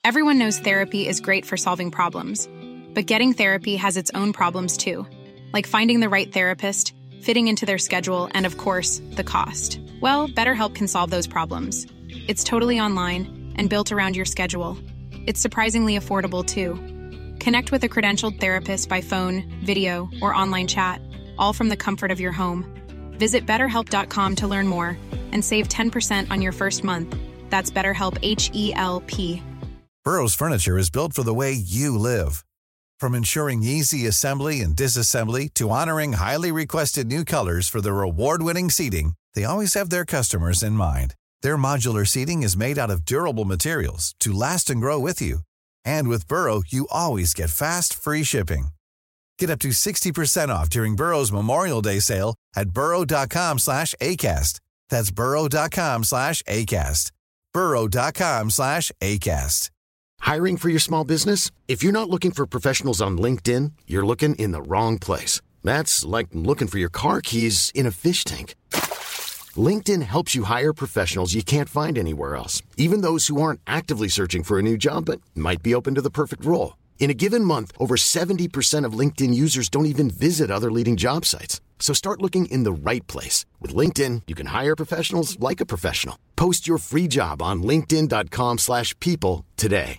Everyone knows therapy is great for solving problems, but getting therapy has its own problems too, like finding the right therapist, fitting into their schedule, and of course, the cost. Well, BetterHelp can solve those problems. It's totally online and built around your schedule. It's surprisingly affordable too. Connect with a credentialed therapist by phone, video, or online chat, all from the comfort of your home. Visit BetterHelp.com to learn more and save 10% on your first month. That's BetterHelp, H-E-L-P. Burrow's furniture is built for the way you live. From ensuring easy assembly and disassembly to honoring highly requested new colors for their award-winning seating, they always have their customers in mind. Their modular seating is made out of durable materials to last and grow with you. And with Burrow, you always get fast, free shipping. Get up to 60% off during Burrow's Memorial Day sale at burrow.com/ACAST. That's burrow.com/ACAST. burrow.com/ACAST. Hiring for your small business? If you're not looking for professionals on LinkedIn, you're looking in the wrong place. That's like looking for your car keys in a fish tank. LinkedIn helps you hire professionals you can't find anywhere else, even those who aren't actively searching for a new job but might be open to the perfect role. In a given month, over 70% of LinkedIn users don't even visit other leading job sites. So start looking in the right place. With LinkedIn, you can hire professionals like a professional. Post your free job on linkedin.com/people today.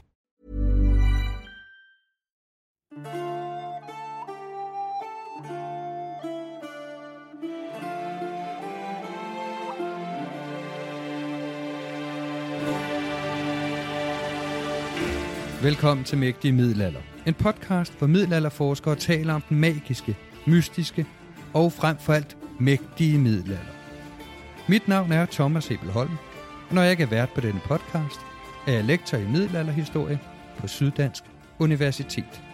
Velkommen til Mægtige Middelalder. En podcast, hvor middelalderforskere taler om den magiske, mystiske og frem for alt mægtige middelalder. Mit navn er Thomas Hebelholm, og når jeg ikke er vært på denne podcast, er jeg lektor i middelalderhistorie på Syddansk Universitet.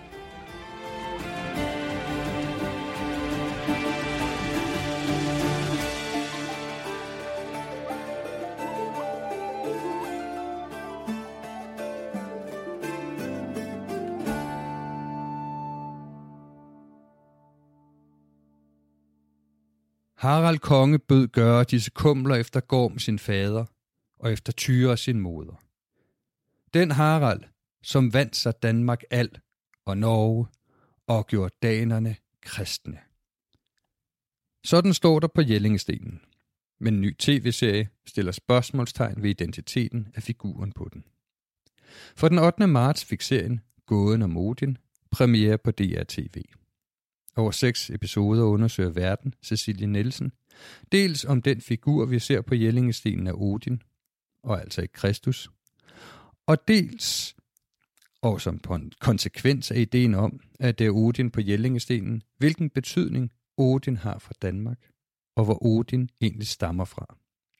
Harald konge bød gøre disse kumler efter Gorm sin fader, og efter Tyre sin moder. Den Harald, som vandt sig Danmark al og Norge, og gjorde danerne kristne. Sådan står der på Jellingestenen, men en ny tv-serie stiller spørgsmålstegn ved identiteten af figuren på den. For den 8. marts fik serien Gåden om Odin premiere på DR-TV. Over 6 episoder undersøger verden Cecilie Nielsen, dels om den figur, vi ser på Jellingestenen af Odin, og altså ikke Kristus, og dels, og som på en konsekvens af ideen om, at det er Odin på Jellingestenen, hvilken betydning Odin har for Danmark, og hvor Odin egentlig stammer fra.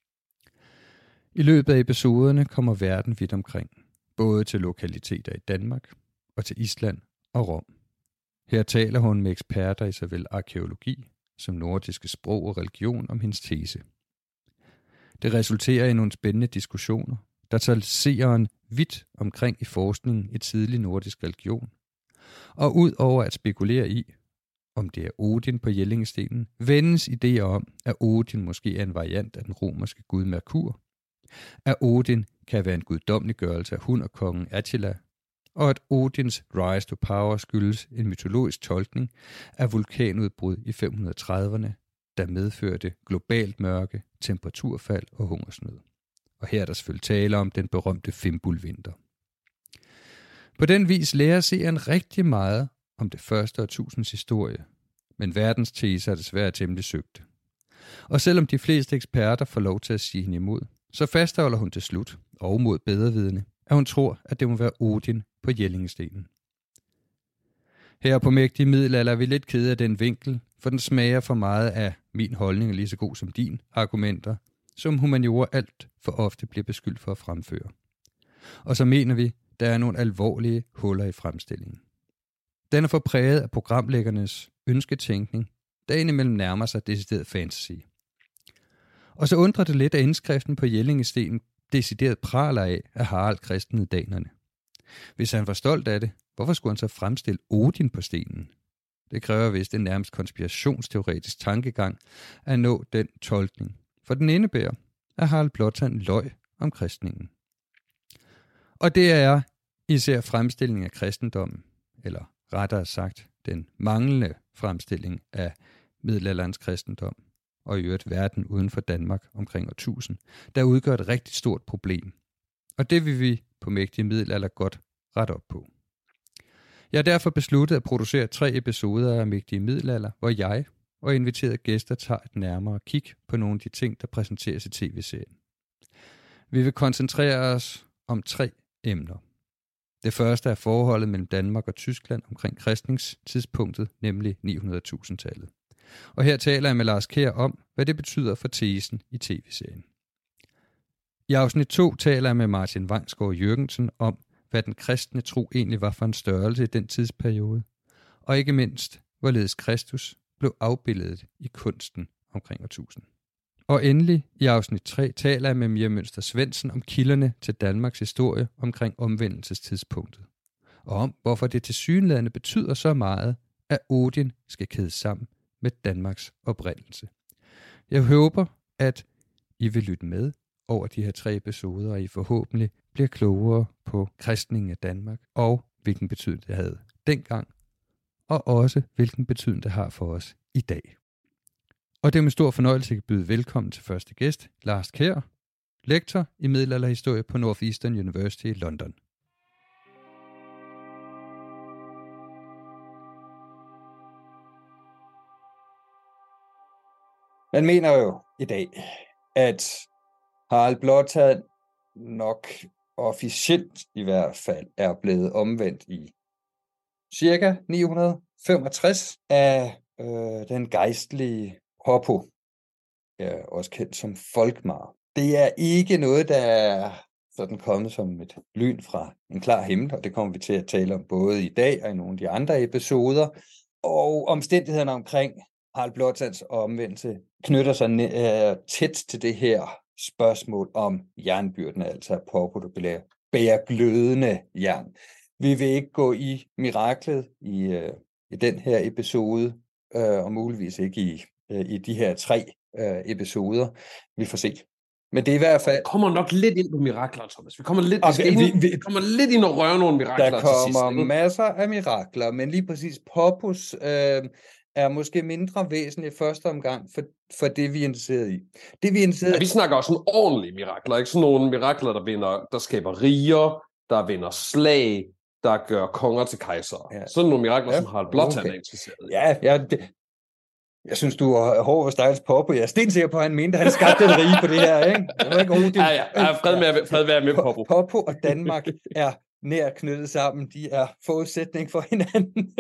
I løbet af episoderne kommer verden vidt omkring, både til lokaliteter i Danmark og til Island og Rom. Her taler hun med eksperter i såvel arkæologi som nordiske sprog og religion om hendes tese. Det resulterer i nogle spændende diskussioner, der tager seeren vidt omkring i forskningen i tidlig nordisk religion. Og ud over at spekulere i, om det er Odin på Jellingestenen, vendes idéer om, at Odin måske er en variant af den romerske gud Merkur, at Odin kan være en guddommeliggørelse af hunderkongen Attila, og at Odins rise to power skyldes en mytologisk tolkning af vulkanudbrud i 530'erne, der medførte globalt mørke, temperaturfald og hungersnød. Og her er der selvfølgelig tale om den berømte Fimbulvinter. På den vis lærer seeren rigtig meget om det første årtusinds historie, men verdens teser er desværre temmelig søgte. Og selvom de fleste eksperter får lov til at sige hende imod, så fastholder hun til slut, og mod bedrevidende, at hun tror, at det må være Odin på Jellingestenen. Her på Mægtige Middelalder er vi lidt kede af den vinkel, for den smager for meget af min holdning er lige så god som din argumenter, som humaniora alt for ofte bliver beskyldt for at fremføre. Og så mener vi, der er nogle alvorlige huller i fremstillingen. Den er for præget af programlæggernes ønsketænkning, der indimellem nærmer sig decideret fantasy. Og så undrer det lidt, at indskriften på Jellingestenen decideret praler af, at Harald kristnede danerne. Hvis han var stolt af det, hvorfor skulle han så fremstille Odin på stenen? Det kræver vist en nærmest konspirationsteoretisk tankegang at nå den tolkning, for den indebærer, at Harald Blåtand løj om kristningen. Og det er Især fremstillingen af kristendommen, eller rettere sagt den manglende fremstilling af middelalderens kristendom, og i øvrigt verden uden for Danmark omkring år 1000, der udgør et rigtig stort problem. Og det vil vi på Mægtige Middelalder godt rette op på. Jeg har derfor besluttet at producere 3 episoder af Mægtige Middelalder, hvor jeg og inviterede gæster tager et nærmere kig på nogle af de ting, der præsenteres i tv-serien. Vi vil koncentrere os om 3 emner. Det første er forholdet mellem Danmark og Tyskland omkring kristningstidspunktet, nemlig 900-1000-tallet. Og her taler jeg med Lars Kjær om, hvad det betyder for tesen i tv-serien. I afsnit 2 taler jeg med Martin Vangsgaard Jørgensen om, hvad den kristne tro egentlig var for en størrelse i den tidsperiode, og ikke mindst, hvorledes Kristus blev afbildet i kunsten omkring år 1000. Og endelig i afsnit 3 taler jeg med Mia Mønster Svendsen om kilderne til Danmarks historie omkring omvendelsestidspunktet, og om hvorfor det tilsyneladende betyder så meget, at Odin skal kædes sammen med Danmarks oprindelse. Jeg håber, at I vil lytte med over de her 3 episoder, og I forhåbentlig bliver klogere på kristningen af Danmark, og hvilken betydning det havde dengang, og også hvilken betydning det har for os i dag. Og det er med stor fornøjelse at byde velkommen til første gæst, Lars Kjær, lektor i middelalderhistorie på Northeastern University i London. Man mener jo i dag, at Harald Blåtand nok officielt i hvert fald er blevet omvendt i cirka 965 af den gejstlige Poppo, også kendt som Folkmar. Det er ikke noget, der er sådan kommet som et lyn fra en klar himmel, og det kommer vi til at tale om både i dag og i nogle af de andre episoder. Og omstændighederne omkring Harald Blåtands omvendelse knytter sig tæt til det her spørgsmål om jernbyrden, altså Poppo, der bærer glødende jern. Vi vil ikke gå i miraklet i den her episode, og muligvis ikke i de her 3 episoder. Vi får se. Men det er i hvert fald... Vi kommer nok lidt ind på mirakler, Thomas. Vi kommer lidt ind og rører nogle mirakler til sidst. Der kommer masser af mirakler, men lige præcis Poppos er måske mindre væsentligt i første omgang for det, vi er interesseret i. Vi snakker også sådan ordentlige mirakler, ikke sådan nogle mirakler, der skaber riger, der vinder slag, der gør konger til kejsere. Ja. Sådan nogle mirakler, som Harald Blåtand er interesseret i. Ja, jeg synes, du er hård og stejls Poppo. Jeg er stensikker på, at han mente, at han skabte en rige på det her, ikke? Det var ikke Odin. Ja. Fred være med Poppo. Poppo og Danmark er nær knyttet sammen. De er forudsætning for hinanden.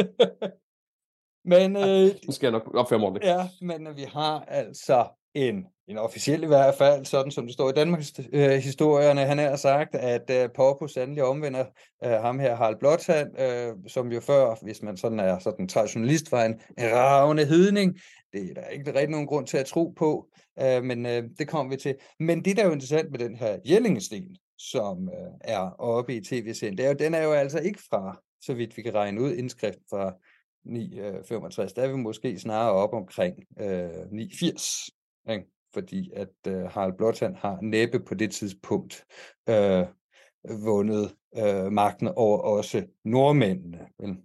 Men nu skal jeg nok opføre mig ordentligt. Ja, men vi har altså en officiel i hvert fald, sådan som det står i Danmarks historierne. Han har sagt, at Poppo sandelig omvender ham her, Harald Blåtand, som jo før, hvis man sådan er sådan traditionalist, var en ravende hedning. Det er der ikke rigtig nogen grund til at tro på, men det kommer vi til. Men det, der er jo interessant med den her Jellingesten, som er oppe i tv-serien, den er jo altså ikke fra, så vidt vi kan regne ud, indskrift fra 965, der er vi måske snarere op omkring 980, ikke? Fordi at Harald Blåtand har næppe på det tidspunkt vundet magten over også nordmændene.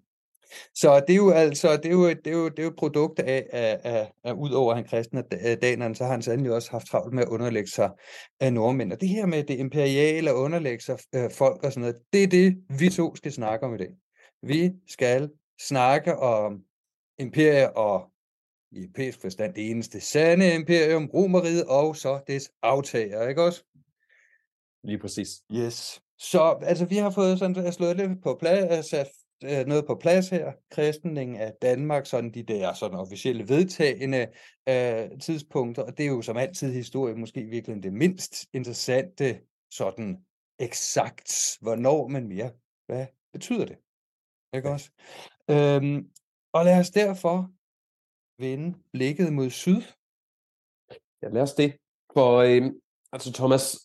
Så det er jo altså det er jo et produkt af ud over han kristne danerne, så har han sandelig også haft travlt med at underlægge sig af nordmænd. Og det her med det imperiale og underlægge sig folk og sådan noget, det er det, vi 2 skal snakke om i dag. Vi skal snakke om imperier og i europæisk forstand det eneste sande imperium, Romerriget, og så dets aftager, ikke også? Lige præcis. Yes. Så altså vi har fået sådan slået lidt på plads, sat noget på plads her, kristningen af Danmark, sådan de der sådan officielle vedtagende tidspunkter, og det er jo som altid historie måske virkelig det mindst interessante sådan eksakt, hvornår, men mere, hvad betyder det? Ikke også? Og lad os derfor vende blikket mod syd. Ja, lad os det. For altså Thomas,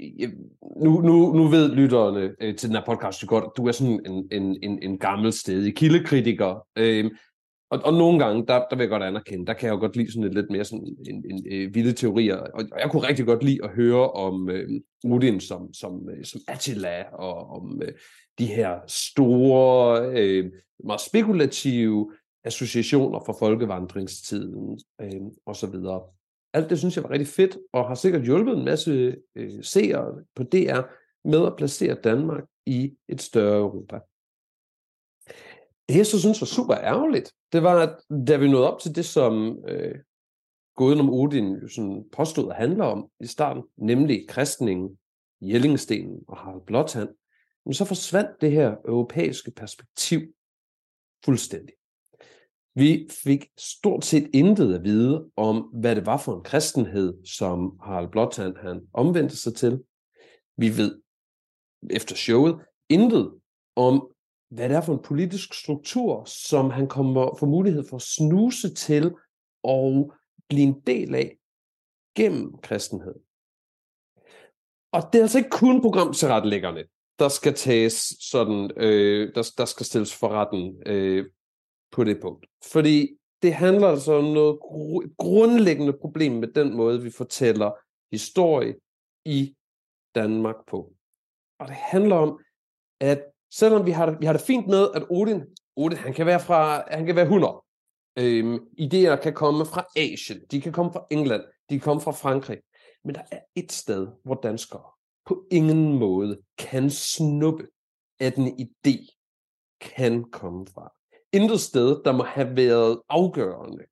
nu ved lytterne til den her podcast jo godt, at du er sådan en gammel stedig kildekritiker. Og nogle gange, der vil jeg godt anerkende, der kan jeg jo godt lide sådan lidt mere sådan en vilde teorier, og jeg kunne rigtig godt lide at høre om Odin som Attila, og om de her store, meget spekulative associationer fra folkevandringstiden, og så videre. Alt det synes jeg var rigtig fedt, og har sikkert hjulpet en masse seere på DR med at placere Danmark i et større Europa. Det jeg så synes var super ærgerligt, det var, at da vi nåede op til det, som gåden om Odin jo sådan påstod at handle om i starten, nemlig kristningen, Jellingstenen og Harald Blåtand, men så forsvandt det her europæiske perspektiv fuldstændig. Vi fik stort set intet at vide om, hvad det var for en kristenhed, som Harald Blåtand han omvendte sig til. Vi ved efter showet intet om, hvad det er for en politisk struktur, som han kommer for mulighed for at snuse til og blive en del af gennem kristenhed. Og det er altså ikke kun programtilrettelæggerne, der skal tages sådan, der skal stilles for retten på det punkt. Fordi det handler altså om noget grundlæggende problem med den måde, vi fortæller historie i Danmark på. Og det handler om, at selvom vi har det fint med, at Odin han kan være 100. Idéer kan komme fra Asien, de kan komme fra England, de kan komme fra Frankrig. Men der er et sted, hvor danskere på ingen måde kan snuppe, at en idé kan komme fra. Intet sted, der må have været afgørende,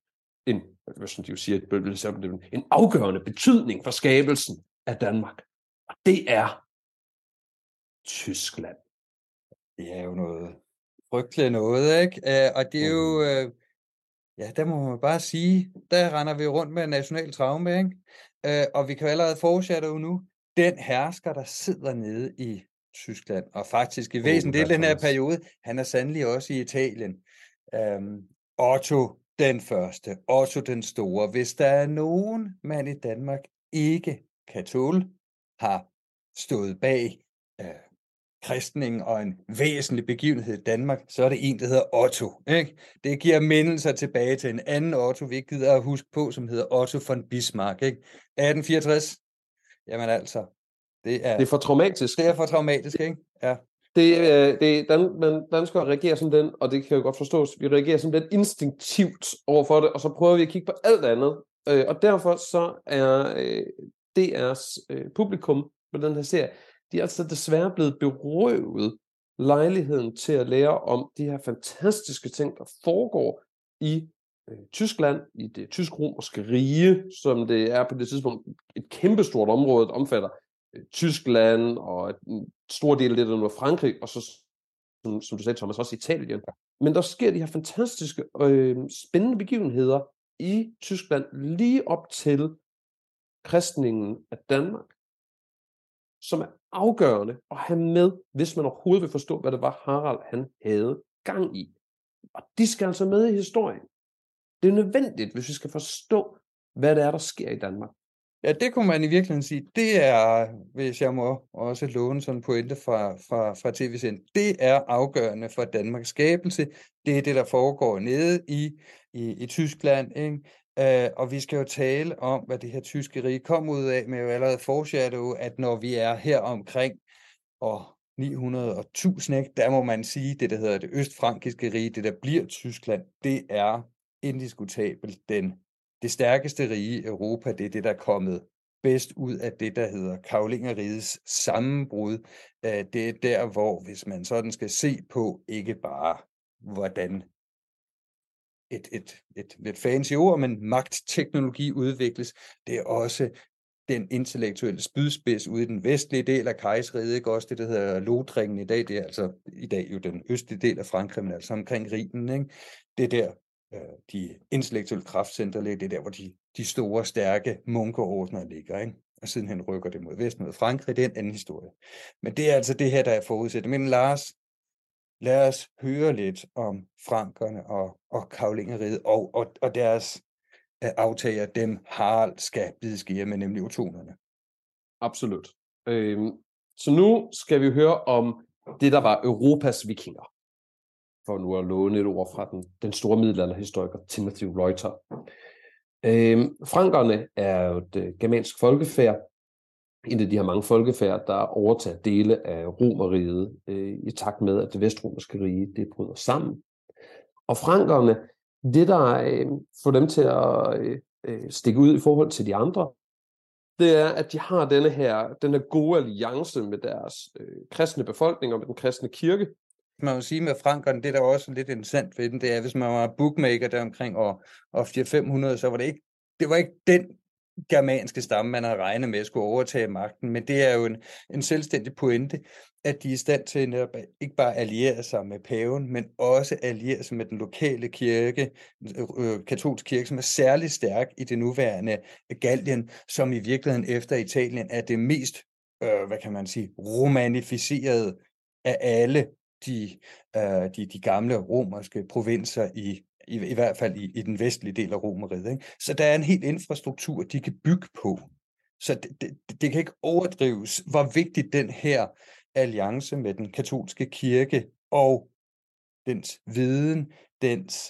en afgørende betydning for skabelsen af Danmark. Og det er Tyskland. Det er jo noget frygteligt noget, ikke? Og det er jo, ja, der må man bare sige, der render vi rundt med national traume, ikke? Og vi kan jo allerede forudsætte nu, den hersker, der sidder nede i Tyskland, og faktisk i væsentlig del den her periode, han er sandelig også i Italien. Otto den første, Otto den store. Hvis der er nogen mand i Danmark ikke kan tåle, har stået bag kristningen og en væsentlig begivenhed i Danmark, så er det en, der hedder Otto. Ikke? Det giver mindelser tilbage til en anden Otto, vi ikke gider at huske på, som hedder Otto von Bismarck. Ikke? 1864. Jamen altså, det er for traumatisk. Det er for traumatisk, ikke? Ja. Danskere reagerer som den, og det kan jo godt forstås, vi reagerer som den instinktivt overfor det, og så prøver vi at kigge på alt andet. Og derfor så er DR's publikum på den her serie, de er altså desværre blevet berøvet lejligheden til at lære om de her fantastiske ting, der foregår i Tyskland, i det tysk-romerske rige, som det er på det tidspunkt et kæmpestort område, der omfatter Tyskland og en stor del af det, der nu er Frankrig, og så, som du sagde, Thomas, også Italien. Men der sker de her fantastiske spændende begivenheder i Tyskland lige op til kristningen af Danmark, som er afgørende at have med, hvis man overhovedet vil forstå, hvad det var, Harald han havde gang i. Og de skal altså med i historien. Det er nødvendigt, hvis vi skal forstå, hvad det er, der sker i Danmark. Ja, det kunne man i virkeligheden sige. Det er, hvis jeg må også låne sådan en pointe fra tv-serien, det er afgørende for Danmarks skabelse. Det er det, der foregår nede i Tyskland, ikke? Og vi skal jo tale om, hvad det her tyske rige kom ud af, med jo allerede foreshadow, at når vi er her omkring år 900 og 1000, ikke, der må man sige, det der hedder det østfrankiske rige, det der bliver Tyskland, det er indiskutabelt det stærkeste rige i Europa. Det er det, der er kommet bedst ud af det, der hedder Karolingerrigets sammenbrud. Det er der, hvor hvis man sådan skal se på, ikke bare hvordan et lidt fancy ord, men magtteknologi udvikles, det er også den intellektuelle spydspids ude i den vestlige del af Kejserriget, ikke også det, der hedder Lothringen i dag, det er altså i dag jo den østlige del af Frankrig, men altså omkring Rhinen, ikke? Det er der, de intellektuelle kraftcenter ligger, det er der, hvor de store, stærke munkeordner ligger, ikke? Og sidenhen rykker det mod vest, mod Frankrig, det er en anden historie. Men det er altså det her, der er forudsat. Men Lars, lad os høre lidt om frankerne og Karolingerriget og deres aftager, dem Harald skal bide skære med, nemlig ottonerne. Absolut. Så nu skal vi høre om det, der var Europas vikinger. for nu at låne et ord fra den store middelalderhistoriker Timothy Reuter. Frankerne er jo et germansk folkefærd, en af de her mange folkefærd, der overtager dele af Romerriget i takt med, at det vestromerske rige det bryder sammen. Og frankerne, det der får dem til at stikke ud i forhold til de andre, det er, at de har den her gode alliance med deres kristne befolkning og med den kristne kirke. Man må sige med frankerne, det der også lidt interessant ved den, det er, hvis man var bookmaker der omkring år 400-500, så var det var ikke den germanske stamme, man havde regnet med at skulle overtage magten, men det er jo en selvstændig pointe, at de er i stand til ikke bare alliere sig med paven, men også alliere sig med den lokale kirke, katolske kirke, som er særlig stærk i det nuværende Gallien, som i virkeligheden efter Italien er det mest, romanificerede af alle de gamle romerske provinser i hvert fald i den vestlige del af Romerriget. Ikke? Så der er en helt infrastruktur, de kan bygge på. Så det kan ikke overdrives, hvor vigtigt den her alliance med den katolske kirke og dens viden, dens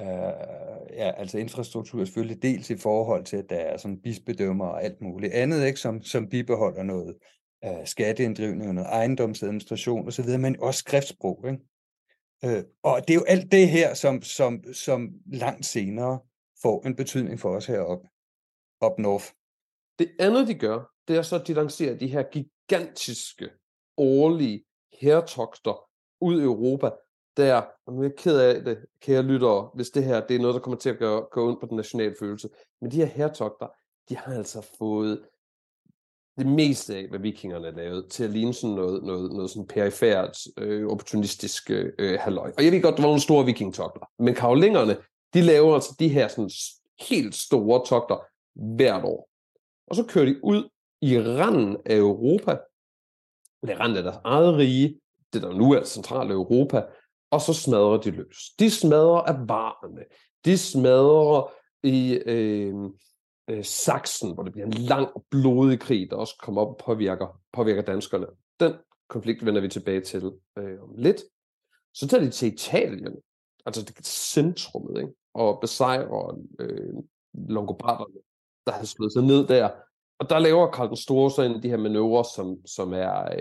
altså infrastruktur selvfølgelig dels i forhold til, at der er sådan bispedømmer og alt muligt andet, ikke? Som bibeholder noget skatteinddrivning og noget ejendomsadministration osv., men også skriftsprog. Ikke? Og det er jo alt det her, som langt senere får en betydning for os heroppe, up north. Det andet, de gør, det er så, at de lancerer de her gigantiske årlige hærtogter ud i Europa, der, og nu er jeg ked af det, kære lyttere, hvis det her det er noget, der kommer til at gå ondt på den nationale følelse, men de her hærtogter, de har altså fået det meste af, hvad vikingerne lavede, til at ligne sådan noget sådan perifært, opportunistisk halløj. Og jeg ved godt, der var nogle store vikingtogter, men karolingerne, de laver altså de her sådan helt store togter hvert år. Og så kører de ud i randen af Europa, eller randen af deres eget rige, det der nu er centrale Europa, og så smadrer de løs. De smadrer avarerne, de smadrer i Sachsen, hvor det bliver en lang og blodig krig, der også kommer op og påvirker danskerne. Den konflikt vender vi tilbage til om lidt. Så tager de til Italien, altså det centrummet, ikke? Og besejrer longobarderne, der havde slået sig ned der. Og der laver Karl den Store så en af de her manøvrer, som er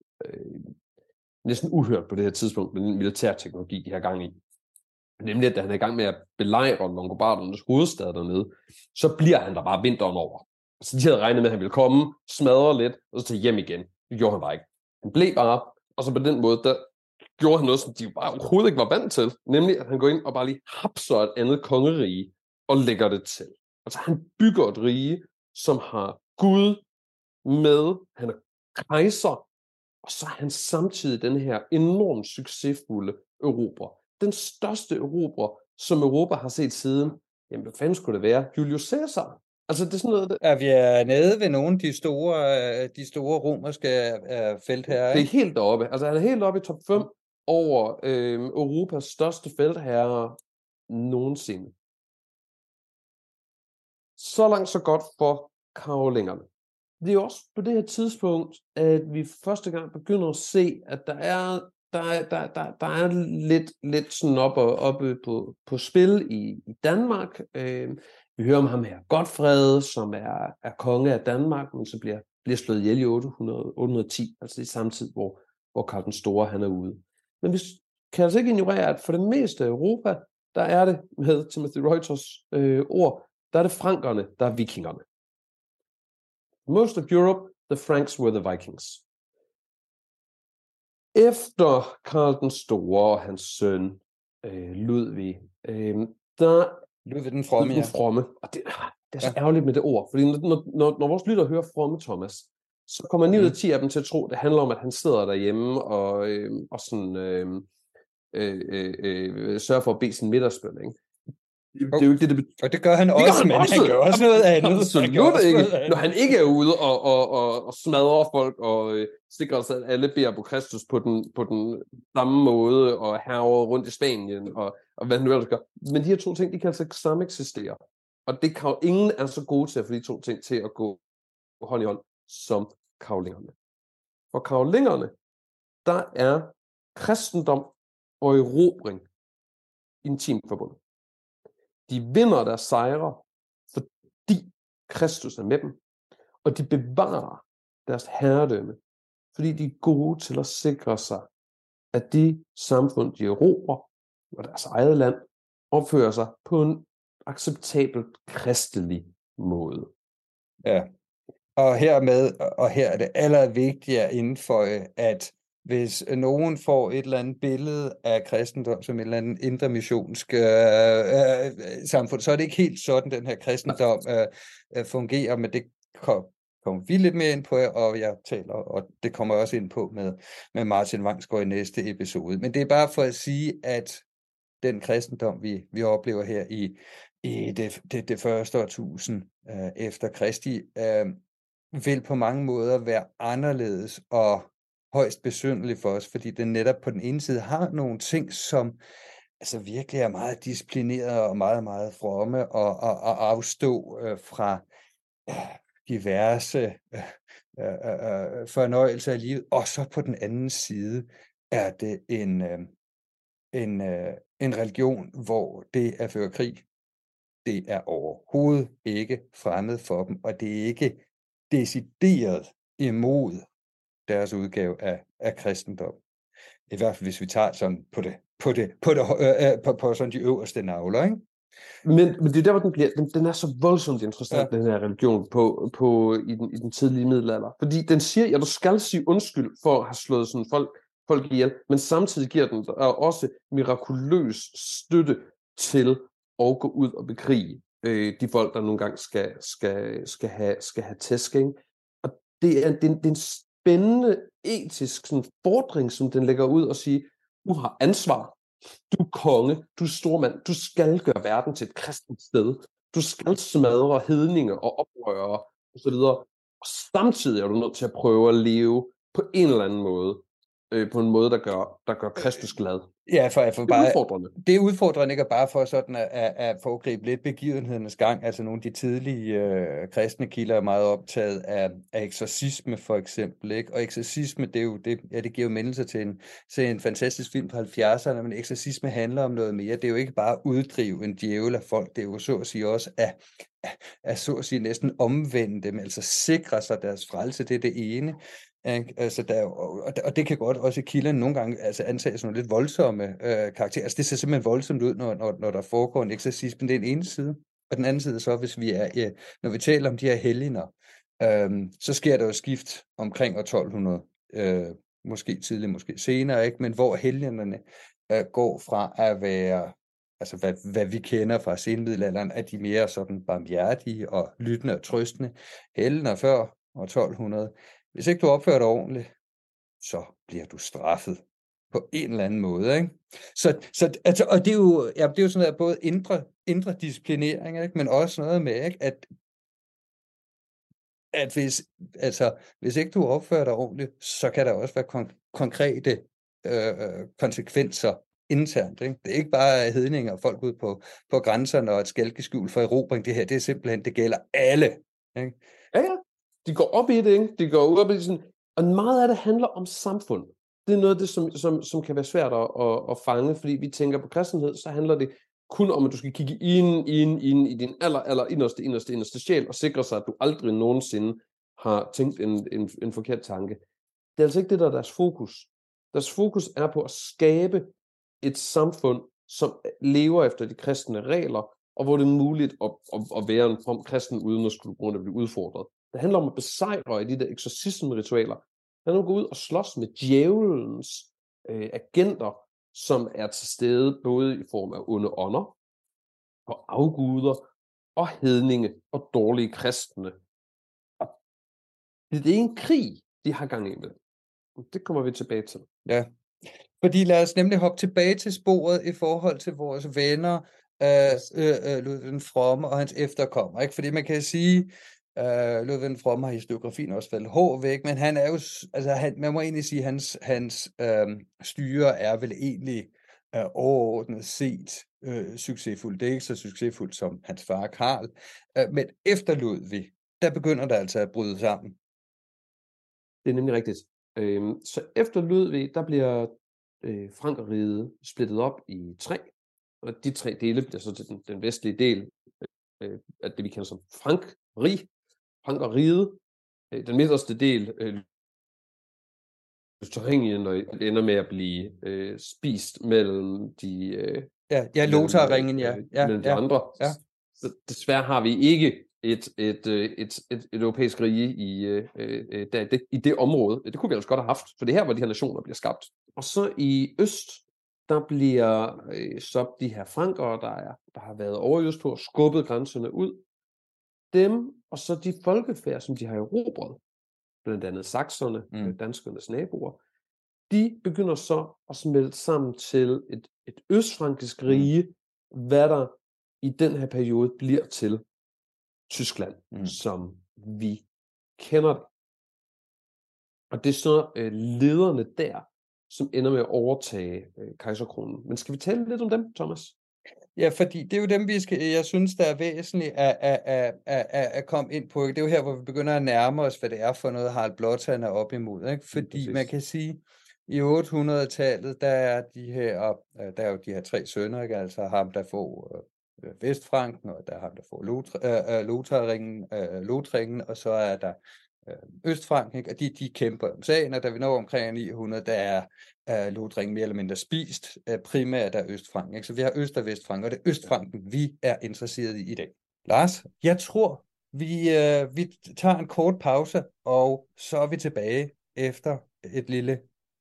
næsten uhørt på det her tidspunkt med den militærteknologi, de har gang i. Nemlig, at da han er i gang med at belejre longobardernes hovedstad dernede, så bliver han der bare vinteren over. Så de havde regnet med, at han ville komme, smadre lidt, og så tage hjem igen. Det gjorde han bare ikke. Han blev bare, og så på den måde, der gjorde han noget, som de bare overhovedet ikke var vant til. Nemlig, at han går ind og bare lige hapser et andet kongerige, og lægger det til. Altså, han bygger et rige, som har Gud med, han er kejser, og så er han samtidig den her enormt succesfulde erobrer. Den største erobrer, som Europa har set siden, jamen hvad fanden skulle det være? Julius Caesar. Altså det er sådan noget... Vi er nede ved nogle af de store romerske feltherrer. Det er helt deroppe. Altså han er helt oppe i top 5 over Europas største feltherrer nogensinde. Så langt så godt for karolingerne. Det er også på det her tidspunkt, at vi første gang begynder at se, at der er lidt sådan oppe på spil i Danmark. Vi hører om ham her, Godfred, som er konge af Danmark, men så bliver slået ihjel i 810, altså i samme tid, hvor Karl den Store han er ude. Men vi kan altså ikke ignorere, at for det meste af Europa, der er det med Timothy Reuters ord, der er det frankerne, der er vikingerne. Most of Europe, the Franks were the Vikings. Efter Karl den Store og hans søn Ludvig, Ludvig den Fromme, og det er så ærgerligt med det ord, fordi når vores lytter hører Fromme Thomas, så kommer 9 ud af 10 af dem til at tro, at det handler om, at han sidder derhjemme og sådan sørger for at bede sin middagsbøn, ikke? Det er jo ikke det og det gør han også, men han gør også noget andet. Absolut ikke. Når han ikke er ude og smadrer folk og sikrer sig, at alle beder på Kristus på den samme måde og herrer rundt i Spanien og hvad han nu ellers gør. Men de her to ting, de kan altså ikke samme eksistere. Og det kan ingen er så gode til at få de to ting til at gå hånd i hånd som karolingerne. For karolingerne, der er kristendom og erobring intimt forbundet. De vinder deres sejre, fordi Kristus er med dem, og de bevarer deres herredømme, fordi de er gode til at sikre sig, at de samfund, de erobrer, og deres eget land, opfører sig på en acceptabel kristelig måde. Ja, og her er det allervigtigere at indføje, at hvis nogen får et eller andet billede af kristendom som et eller andet indremissionsk samfund, så er det ikke helt sådan, den her kristendom fungerer, men det kommer vi lidt mere ind på, og jeg taler, og det kommer jeg også ind på med Martin Vangsgaard i næste episode. Men det er bare for at sige, at den kristendom, vi oplever her i det første årtusind efter Kristi, vil på mange måder være anderledes og højst besynderlig for os, fordi den netop på den ene side har nogle ting, som altså virkelig er meget disciplinerede og meget, meget fromme og afstå fra diverse fornøjelser i livet. Og så på den anden side er det en religion, hvor det at føre krig, det er overhovedet ikke fremmed for dem, og det er ikke decideret imod deres udgave af kristendom. I hvert fald hvis vi tager sådan på sådan de øverste navler, ikke? Men det er der, hvor den er så voldsomt interessant, den her religion i den tidlige middelalder. Fordi den siger, du skal sige undskyld for at have slået sådan folk ihjel, men samtidig giver den også mirakuløs støtte til at gå ud og bekrige de folk, der nogle gange skal have tæsking. Og det er en spændende etisk sådan, fordring, som den lægger ud og siger, du har ansvar. Du er konge, du er stormand, du skal gøre verden til et kristent sted. Du skal smadre hedninger og oprørere osv. Og samtidig er du nødt til at prøve at leve på en eller anden måde. På en måde, der gør Kristus glad. Ja, for det er udfordrende. Det er udfordrende, ikke bare for sådan at foregribe lidt begivenhedernes gang. Altså nogle af de tidlige kristne kilder er meget optaget af eksorcisme for eksempel, ikke? Og eksorcisme, det giver jo mindelser til en fantastisk film fra 70'erne, men eksorcisme handler om noget mere. Det er jo ikke bare at uddrive en djævel af folk, det er jo så at sige også at så at sige næsten omvende dem, altså sikre sig deres frelse, det er det ene. Altså og det kan godt også i kilderne nogle gange altså antages nogle lidt voldsomme karakterer. Altså det ser simpelthen voldsomt ud, når der foregår en eksorcisme. Det er den ene side. Og den anden side så, hvis vi når vi taler om de her helgener, så sker der jo skift omkring år 1200, måske tidligt, måske senere, ikke? Men hvor helgenerne går fra at være, altså hvad vi kender fra senmiddelalderen, at de mere sådan barmhjertige og lyttende og trøstende. Helgener før år 1200. Hvis ikke du opfører dig ordentligt, så bliver du straffet på en eller anden måde, ikke? Så altså, og det er jo, det er jo sådan noget både indre disciplinering, ikke? Men også noget med, ikke? At hvis ikke du opfører dig ordentligt, så kan der også være konkrete konsekvenser internt, ikke? Det er ikke bare hedninger og folk ud på grænserne og et skalkeskjul for erobring. Det er simpelthen, det gælder alle, ikke? Ja. De går op i det, ikke? De går op i det sådan, og meget af det handler om samfund. Det er noget af det, som kan være svært at fange, fordi vi tænker på kristenhed, så handler det kun om, at du skal kigge ind i din aller inderste sjæl, og sikre sig, at du aldrig nogensinde har tænkt en forkert tanke. Det er altså ikke det, der er deres fokus. Deres fokus er på at skabe et samfund, som lever efter de kristne regler, og hvor det er muligt at være en from kristen, uden at skulle grund at blive udfordret. Det handler om at besejre i de der eksorcisme-ritualer. Det handler om at gå ud og slås med djævelens agenter, som er til stede både i form af onde ånder, og afguder, og hedninge, og dårlige kristne. Og det er en krig, de har gang i med. Det kommer vi tilbage til. Ja, fordi lad os nemlig hoppe tilbage til sporet i forhold til vores venner, Ludvig den Fromme og hans efterkommere, ikke? Fordi man kan sige, Ludvig den Fromme har historiografien også faldet hård væk, men han er jo, altså man må egentlig sige, hans styre er vel egentlig overordnet set succesfuldt. Det er ikke så succesfuldt som hans far Karl, men efter Ludvig, der begynder der altså at bryde sammen. Det er nemlig rigtigt. Så efter Ludvig, der bliver Frankerriget splittet op i 3, og de 3 dele bliver så til den vestlige del af det, vi kender som Frankeriget. Den midterste del, Lotharingien, ender med at blive spist mellem de Lotharingen, mellem de andre. Ja. Så desværre har vi ikke et europæisk rige i det område. Det kunne vi ellers godt have haft, for det her, hvor de her nationer bliver skabt. Og så i øst, der bliver så de her frankere, der har været overjøst på, skubbet grænserne ud. Dem, og så de folkefærd, som de har erobret, blandt andet sakserne, danskernes naboer, de begynder så at smelte sammen til et østfrankisk rige, hvad der i den her periode bliver til Tyskland, som vi kender det. Og det er så lederne der, som ender med at overtage kejserkronen. Men skal vi tale lidt om dem, Thomas? Ja, fordi det er jo dem, jeg synes, der er væsentligt at komme ind på. Det er jo her, hvor vi begynder at nærme os, hvad det er for noget, Harald Blåtand er op imod. Ikke? Fordi man kan sige, i 800-tallet, der er jo de her 3 sønner, ikke? Altså ham, der får Vestfranken, og der er ham, der får Lothringen, og så er der Østfranken, ikke? Og de kæmper om sagen, og da vi når omkring 900, der er Lothringen mere eller mindre spist, primært af Østfranken, ikke? Så vi har Øst- og Vestfranken, og det er Østfranken, vi er interesseret i dag. Lars, jeg tror, vi tager en kort pause, og så er vi tilbage efter et lille...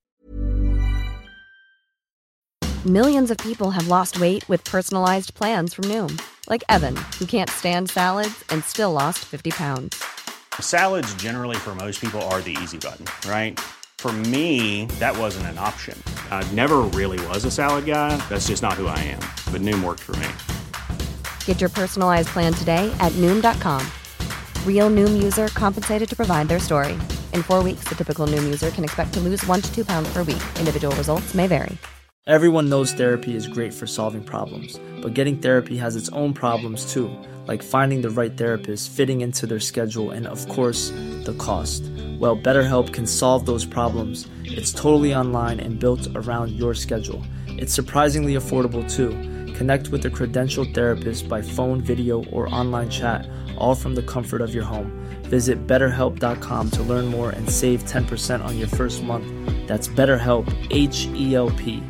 Millions of people have lost weight with personalized plans from Noom. Like Evan, who can't stand salads and still lost 50 pounds. Salads generally for most people are the easy button, right? For me, that wasn't an option. I never really was a salad guy. That's just not who I am. But Noom worked for me. Get your personalized plan today at Noom.com. Real Noom user compensated to provide their story. In 4 weeks, the typical Noom user can expect to lose 1 to 2 pounds per week. Individual results may vary. Everyone knows therapy is great for solving problems, but getting therapy has its own problems too, like finding the right therapist, fitting into their schedule, and of course, the cost. Well, BetterHelp can solve those problems. It's totally online and built around your schedule. It's surprisingly affordable too. Connect with a credentialed therapist by phone, video, or online chat, all from the comfort of your home. Visit BetterHelp.com to learn more and save 10% on your first month. That's BetterHelp, H-E-L-P.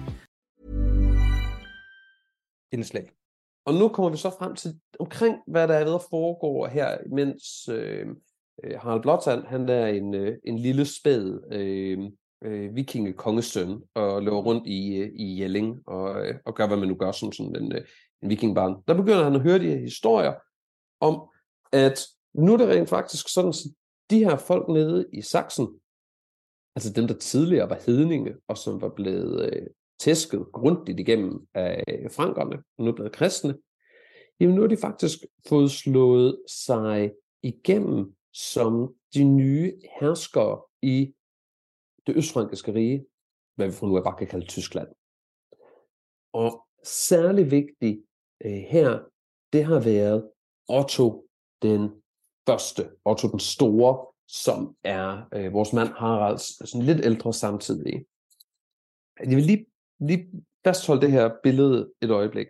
Indslag. Og nu kommer vi så frem til omkring, hvad der er ved at foregå her, mens Harald Blåtand, han er en lille spæd vikingekongesøn og løber rundt i Jelling og gør, hvad man nu gør som sådan en vikingbarn. Der begynder han at høre de her historier om, at nu er det rent faktisk sådan, at de her folk nede i Sachsen, altså dem, der tidligere var hedninge, og som var blevet tæsket grundigt igennem af frankerne, og nu er blevet kristne, jamen nu har de faktisk fået slået sig igennem som de nye herskere i det østfrankiske rige, hvad vi for nu bare kan kalde Tyskland. Og særlig vigtigt her, det har været Otto den første, Otto den store, som er vores mand Haralds sådan lidt ældre samtidig. Jeg vil lige fastholde det her billede et øjeblik.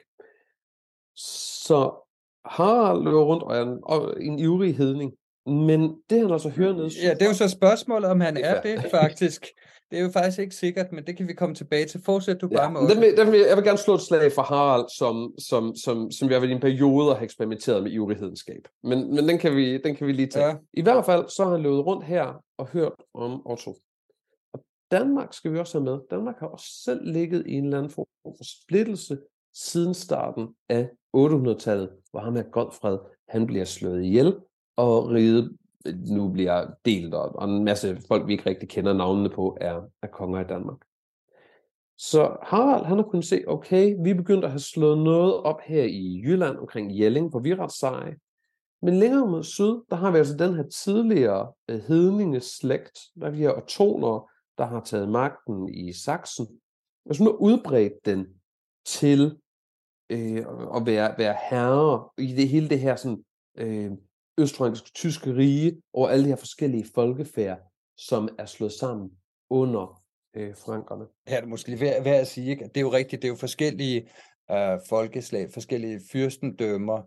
Så Harald løber rundt og er en ivrig hedning, men det han altså hører ned... Ja, det er jo så spørgsmålet, om han er det faktisk. Det er jo faktisk ikke sikkert, men det kan vi komme tilbage til. Fortsæt du bare med Otto. Jeg vil gerne slå et slag for Harald, som jeg ved i en periode har eksperimenteret med ivrighedskab. Men den kan vi lige tage. Ja. I hvert fald så har han løbet rundt her og hørt om Otto. Og Danmark skal vi også have med. Danmark har også selv ligget i en eller anden form for splittelse siden starten af 800-tallet, hvor ham her Godfred, han bliver slået ihjel, og riget nu bliver delt, og en masse folk, vi ikke rigtig kender navnene på, er konger i Danmark. Så Harald, han har kunnet se, okay, vi begyndte at have slået noget op her i Jylland, omkring Jelling, hvor vi er ret seje. Men længere mod syd, der har vi altså den her tidligere hedningeslægt, der vi har ottoner, der har taget magten i Sachsen, og så nu udbredt den til at være herrer i det hele det her sådan østfrankiske tyske rige, og alle de her forskellige folkefærd, som er slået sammen under frankerne. Her er det måske lige værd at sige, ikke? Det er jo rigtigt, det er jo forskellige folkeslag, forskellige fyrstendømmer,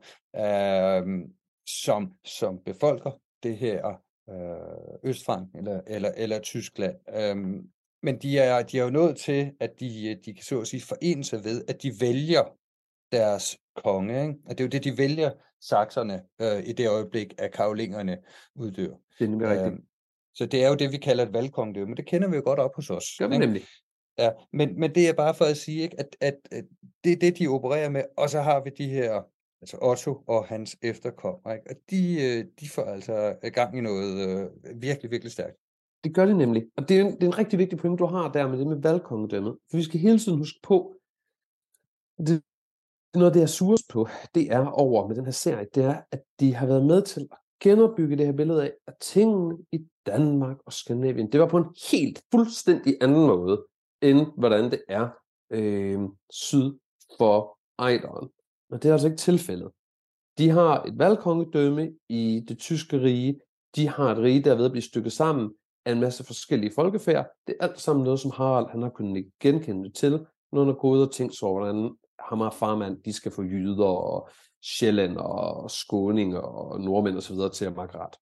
som befolker det her Østfranken eller Tyskland. Men de er jo nået til, at de kan så at sige forene sig ved, at de vælger deres konge. Ikke? Og det er jo det, de vælger sakserne i det øjeblik, at karolingerne uddør. Det er nemlig rigtigt. Så det er jo det, vi kalder et valgkongedømme. Det kender vi jo godt op hos os. Gør vi nemlig. Ja, men det er bare for at sige, ikke, at det er det, de opererer med. Og så har vi de her, altså Otto og hans efterkommere. Ikke? Og de får altså gang i noget virkelig, virkelig stærkt. Det gør det nemlig. Og det er en rigtig vigtig point, du har der med det med valgkongedømmet. For vi skal hele tiden huske på, det noget af det, jeg sures på, det er over med den her serie, det er, at de har været med til at genopbygge det her billede af, at tingene i Danmark og Skandinavien, det var på en helt fuldstændig anden måde, end hvordan det er syd for Ejderen. Og det er altså ikke tilfældet. De har et valgkongedømme i det tyske rige. De har et rige, der er ved at blive stykket sammen af en masse forskellige folkefærd. Det er alt sammen noget, som Harald han har kunnet genkende til, når han har gået og tænkt sig over, hvordan ham og farmand, de skal få jyder og sjællænder og skåninger og nordmænd og så videre til at makke ret.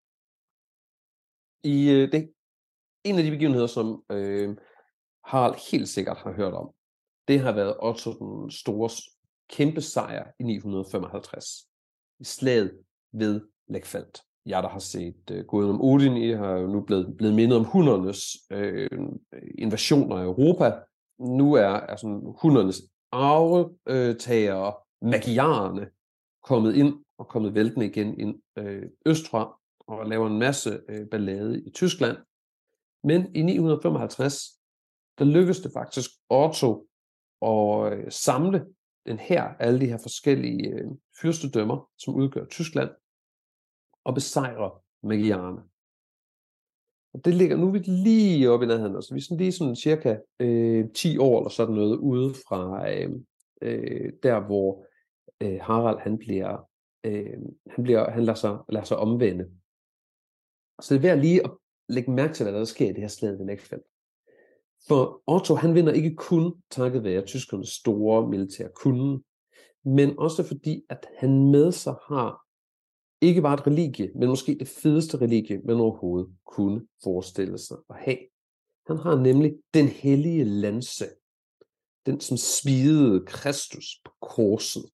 En af de begivenheder, som Harald helt sikkert har hørt om, det har været Otto den store kæmpe sejr i 955 i slaget ved Lechfeld. Jeg, der har set Gåden om Odin, I har jo nu blevet mindet om hundernes invasioner af Europa. Nu er sådan hundernes arvetagere, magyarerne, kommet ind og kommet væltende igen ind østfra og laver en masse ballade i Tyskland. Men i 955, der lykkedes det faktisk Otto at samle den her, alle de her forskellige fyrstedømmer, som udgør Tyskland, og besejre magyarerne. Og det ligger nu lige oppe i nærheden, altså vi er sådan lige sådan cirka 10 år eller sådan noget ude fra der, hvor Harald han lader sig omvende. Så det er værd lige at lægge mærke til, hvad der sker i det her slag ved Lechfeld. For Otto, han vinder ikke kun takket være tyskernes store militære kunde, men også fordi, at han med sig har ikke bare et religie, men måske det fedeste religie, man overhovedet kunne forestille sig at have. Han har nemlig den hellige lanse, den som smidede Kristus på korset,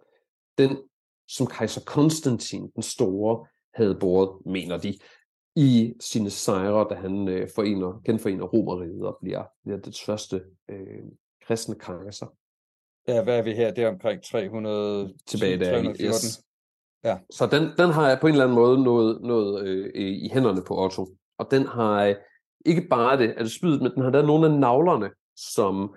den som kejser Konstantin den store havde båret, mener de, i sine sejre, da han genforener Romerriget og bliver det første kristne kejser. Ja, hvad er vi her? Det er omkring 300 tilbage der. 314. Yes. Ja. Så den har jeg på en eller anden måde noget i hænderne på Otto. Og den har ikke bare det spydet, men den har der nogle af navlerne, som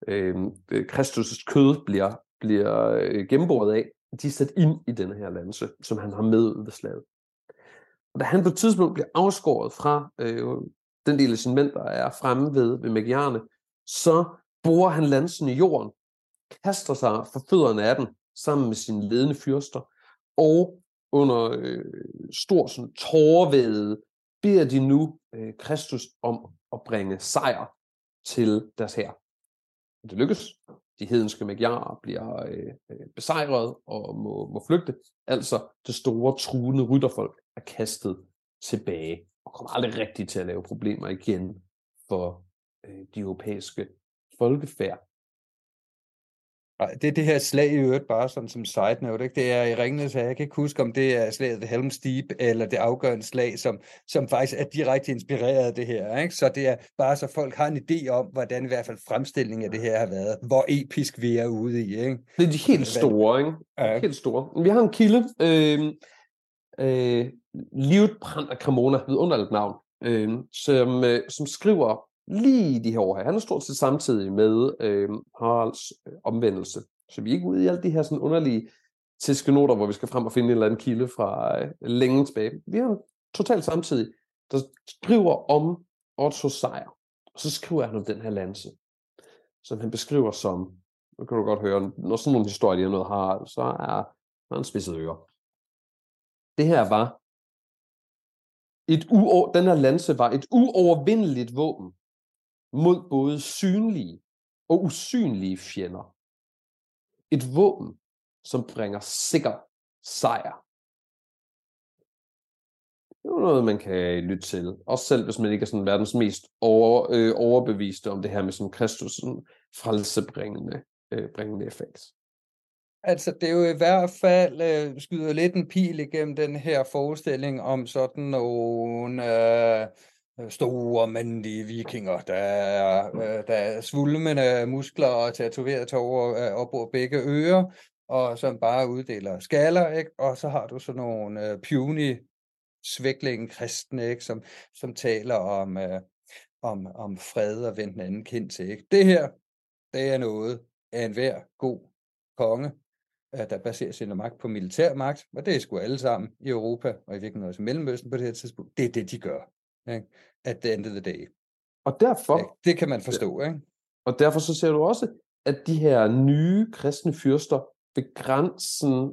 Kristus' kød bliver gennemboret af. De er sat ind i denne her lanse, som han har med ved slaget. Og da han på et tidspunkt bliver afskåret fra den del af sin mænd, der er fremme ved magyarerne, så borer han lansen i jorden, kaster sig for fødderne af den, sammen med sine ledende fyrster, og under stor sådan tårevæde beder de nu Kristus om at bringe sejr til deres hær. Det lykkes. De hedenske magyarer bliver besejret og må flygte. Altså det store truende rytterfolk er kastet tilbage og kommer aldrig rigtigt til at lave problemer igen for de europæiske folkefærd. Det er det her slag i øvrigt bare sådan som side note, ikke? Det er i Ringenes Herre. Jeg kan ikke huske, om det er slaget ved Helm's Deep, eller det afgørende slag, som faktisk er direkte inspireret af det her, ikke? Så det er bare så folk har en idé om, hvordan i hvert fald fremstillingen af det her har været. Hvor episk vi er ude i, ikke? Det er de helt store, ikke? Ja. Helt store. Vi har en kilde, Liutprand af Cremona, vidunderligt navn, som skriver lige de her år her. Han er stort set samtidig med Haralds omvendelse. Så vi er ikke ude i alle de her sådan underlige tiskenoter, hvor vi skal frem og finde en eller anden kilde fra længe tilbage. Vi er totalt samtidig, der skriver om Ottos sejr. Og så skriver han om den her lanse, som han beskriver som, nu kan du godt høre, når sådan nogle historier, de har noget Harald, så er han spidset ører. Det her var den her lanse var et uovervindeligt våben mod både synlige og usynlige fjender. Et våben, som bringer sikker sejr. Det er noget, man kan lytte til. Også selv, hvis man ikke er sådan verdens mest overbeviste om det her med sådan Kristus' frelsebringende effekt. Altså, det er jo i hvert fald skyder lidt en pil igennem den her forestilling om sådan nogle store mandlige vikinger, der er svulmende muskler og tatoveret op over begge ører, og som bare uddeler skaller, ikke? Og så har du sådan nogle puny svæklinge kristne, ikke? Som taler om fred og vende anden kind til, ikke? Det her, det er noget af enhver god konge, der baserer sin magt på militær magt, og det er sgu alle sammen i Europa, og i virkeligheden også i Mellemøsten på det her tidspunkt. Det er det, de gør, ikke? At the end of the day. Og derfor... Det kan man forstå, ikke? Og derfor så ser du også, at de her nye kristne fyrster ved grænsen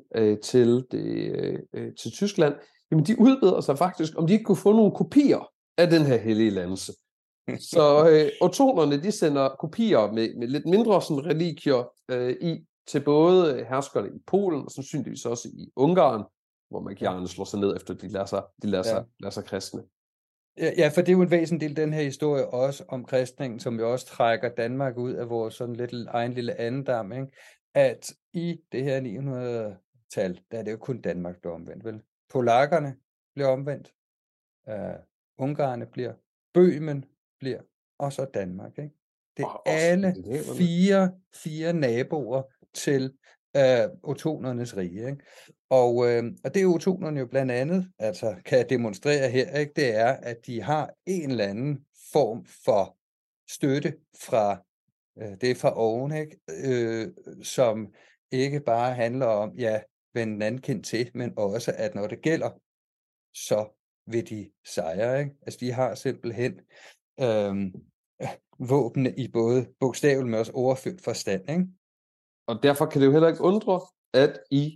til Tyskland, jamen de udbeder sig faktisk, om de ikke kunne få nogle kopier af den her hellige lanse. Så ottonerne, de sender kopier med lidt mindre sådan religier til både herskerne i Polen og sandsynligvis også i Ungarn, hvor magierne slår sig ned efter de lader sig kristne. Ja, for det er jo en væsentlig del den her historie også om kristningen, som jo også trækker Danmark ud af vores sådan lidt egen lille andendam, ikke? At i det her 900-tal, der er det jo kun Danmark, der bliver omvendt, vel? Polakkerne bliver omvendt, ungarerne bliver, Bøhmen bliver, og så Danmark, ikke? Det er alle fire naboer til ottonernes rige, ikke? Og det ottonerne jo blandt andet altså kan demonstrere her, ikke? Det er, at de har en eller anden form for støtte fra det er fra oven, ikke? Som ikke bare handler om, ja, vende den anden kind til, men også, at når det gælder, så vil de sejre, ikke? Altså, de har simpelthen våbne i både bogstavelig, men også overført forstand, ikke? Og derfor kan det jo heller ikke undre, at i